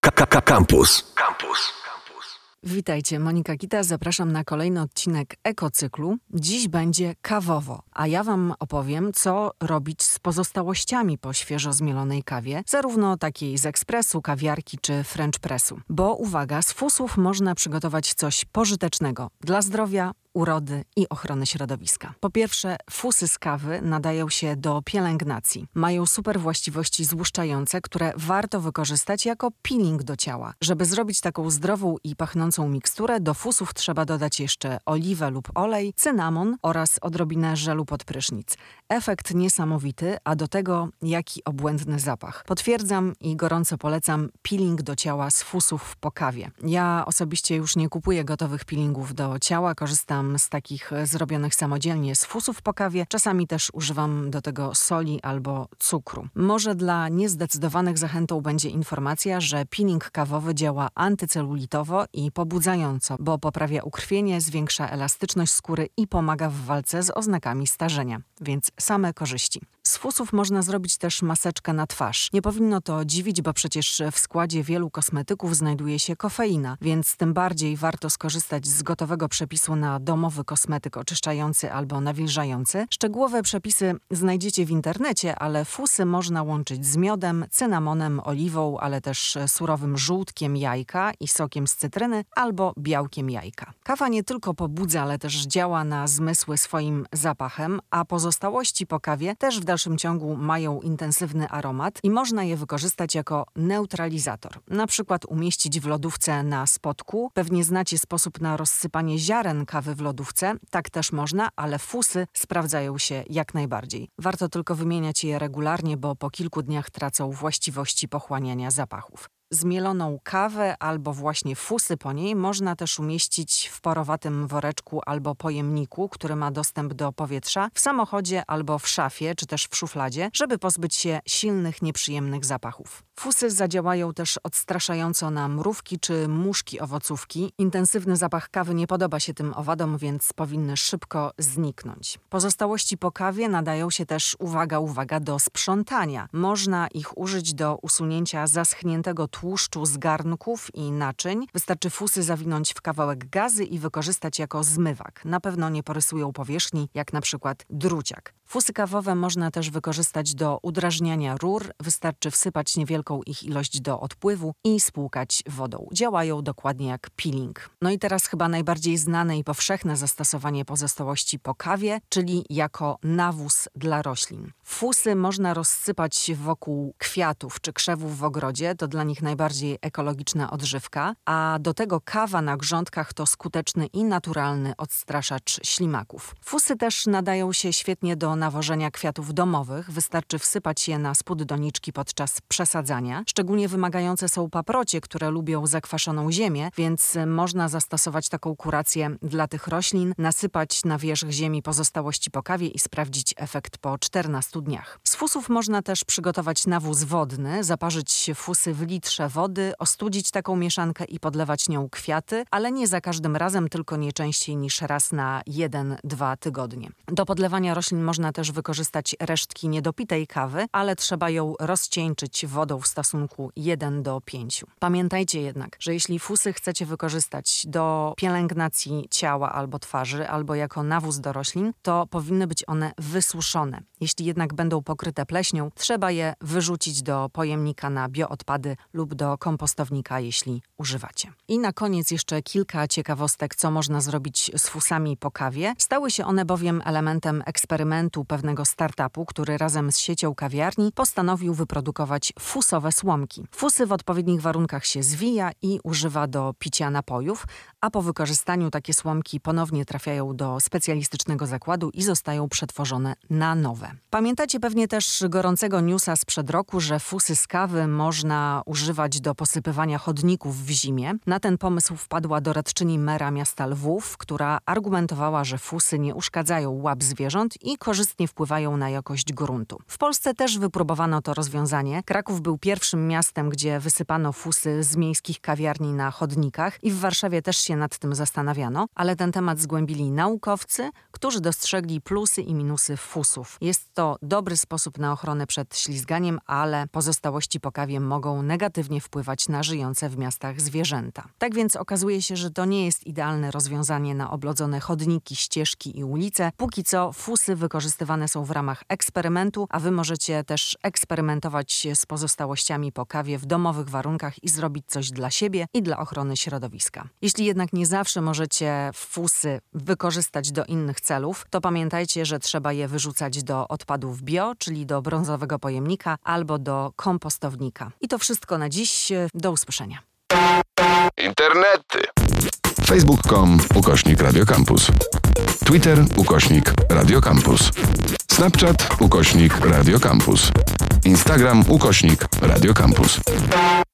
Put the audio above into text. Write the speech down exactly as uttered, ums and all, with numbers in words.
K K K Campus. Campus. Witajcie, Monika Kita, zapraszam na kolejny odcinek Ekocyklu. Dziś będzie kawowo, a ja wam opowiem, co robić z pozostałościami po świeżo zmielonej kawie, zarówno takiej z ekspresu, kawiarki czy french pressu. Bo uwaga, z fusów można przygotować coś pożytecznego dla zdrowia, urody i ochrony środowiska. Po pierwsze, fusy z kawy nadają się do pielęgnacji. Mają super właściwości złuszczające, które warto wykorzystać jako peeling do ciała. Żeby zrobić taką zdrową i pachnącą miksturę, do fusów trzeba dodać jeszcze oliwę lub olej, cynamon oraz odrobinę żelu pod prysznic. Efekt niesamowity, a do tego jaki obłędny zapach. Potwierdzam i gorąco polecam peeling do ciała z fusów po kawie. Ja osobiście już nie kupuję gotowych peelingów do ciała, korzystam z takich zrobionych samodzielnie z fusów po kawie. Czasami też używam do tego soli albo cukru. Może dla niezdecydowanych zachętą będzie informacja, że peeling kawowy działa antycelulitowo i pobudzająco, bo poprawia ukrwienie, zwiększa elastyczność skóry i pomaga w walce z oznakami starzenia. Więc same korzyści. Z fusów można zrobić też maseczkę na twarz. Nie powinno to dziwić, bo przecież w składzie wielu kosmetyków znajduje się kofeina, więc tym bardziej warto skorzystać z gotowego przepisu na domowy kosmetyk oczyszczający albo nawilżający. Szczegółowe przepisy znajdziecie w internecie, ale fusy można łączyć z miodem, cynamonem, oliwą, ale też surowym żółtkiem jajka i sokiem z cytryny albo białkiem jajka. Kawa nie tylko pobudza, ale też działa na zmysły swoim zapachem, a pozostałości po kawie też w dalszym ciągu mają intensywny aromat i można je wykorzystać jako neutralizator. Na przykład umieścić w lodówce na spodku. Pewnie znacie sposób na rozsypanie ziaren kawy w lodówce. Tak też można, ale fusy sprawdzają się jak najbardziej. Warto tylko wymieniać je regularnie, bo po kilku dniach tracą właściwości pochłaniania zapachów. Zmieloną kawę albo właśnie fusy po niej można też umieścić w porowatym woreczku albo pojemniku, który ma dostęp do powietrza, w samochodzie albo w szafie, czy też w szufladzie, żeby pozbyć się silnych, nieprzyjemnych zapachów. Fusy zadziałają też odstraszająco na mrówki czy muszki owocówki. Intensywny zapach kawy nie podoba się tym owadom, więc powinny szybko zniknąć. Pozostałości po kawie nadają się też, uwaga, uwaga, do sprzątania. Można ich użyć do usunięcia zaschniętego tłuszczu z garnków i naczyń. Wystarczy fusy zawinąć w kawałek gazy i wykorzystać jako zmywak. Na pewno nie porysują powierzchni, jak na przykład druciak. Fusy kawowe można też wykorzystać do udrażniania rur. Wystarczy wsypać niewielką ich ilość do odpływu i spłukać wodą. Działają dokładnie jak peeling. No i teraz chyba najbardziej znane i powszechne zastosowanie pozostałości po kawie, czyli jako nawóz dla roślin. Fusy można rozsypać wokół kwiatów czy krzewów w ogrodzie. To dla nich najbardziej ekologiczna odżywka, a do tego kawa na grządkach to skuteczny i naturalny odstraszacz ślimaków. Fusy też nadają się świetnie do nawożenia kwiatów domowych. Wystarczy wsypać je na spód doniczki podczas przesadzania. Szczególnie wymagające są paprocie, które lubią zakwaszoną ziemię, więc można zastosować taką kurację dla tych roślin, nasypać na wierzch ziemi pozostałości po kawie i sprawdzić efekt po czternastu dniach. Z fusów można też przygotować nawóz wodny, zaparzyć fusy w litrze wody, ostudzić taką mieszankę i podlewać nią kwiaty, ale nie za każdym razem, tylko nie częściej niż raz na jeden dwa tygodnie. Do podlewania roślin można też wykorzystać resztki niedopitej kawy, ale trzeba ją rozcieńczyć wodą w stosunku jeden do pięciu. Pamiętajcie jednak, że jeśli fusy chcecie wykorzystać do pielęgnacji ciała albo twarzy, albo jako nawóz do roślin, to powinny być one wysuszone. Jeśli jednak będą pokryte pleśnią, trzeba je wyrzucić do pojemnika na bioodpady lub do kompostownika, jeśli używacie. I na koniec jeszcze kilka ciekawostek, co można zrobić z fusami po kawie. Stały się one bowiem elementem eksperymentu pewnego startupu, który razem z siecią kawiarni postanowił wyprodukować fusowe słomki. Fusy w odpowiednich warunkach się zwija i używa do picia napojów, a po wykorzystaniu takie słomki ponownie trafiają do specjalistycznego zakładu i zostają przetworzone na nowe. Pamiętacie pewnie też gorącego newsa sprzed roku, że fusy z kawy można używać do posypywania chodników w zimie. Na ten pomysł wpadła doradczyni mera miasta Lwów, która argumentowała, że fusy nie uszkadzają łap zwierząt i korzystają korzystnie wpływają na jakość gruntu. W Polsce też wypróbowano to rozwiązanie. Kraków był pierwszym miastem, gdzie wysypano fusy z miejskich kawiarni na chodnikach i w Warszawie też się nad tym zastanawiano, ale ten temat zgłębili naukowcy, którzy dostrzegli plusy i minusy fusów. Jest to dobry sposób na ochronę przed ślizganiem, ale pozostałości po kawie mogą negatywnie wpływać na żyjące w miastach zwierzęta. Tak więc okazuje się, że to nie jest idealne rozwiązanie na oblodzone chodniki, ścieżki i ulice. Póki co fusy wykorzystywane są w ramach eksperymentu, a wy możecie też eksperymentować z pozostałościami po kawie w domowych warunkach i zrobić coś dla siebie i dla ochrony środowiska. Jeśli jednak nie zawsze możecie fusy wykorzystać do innych celów, to pamiętajcie, że trzeba je wyrzucać do odpadów bio, czyli do brązowego pojemnika albo do kompostownika. I to wszystko na dziś. Do usłyszenia. Internety. Facebook kropka com ukośnik Radio Campus. Twitter ukośnik Radio Campus. Snapchat ukośnik Radio Campus. Instagram ukośnik Radio Campus.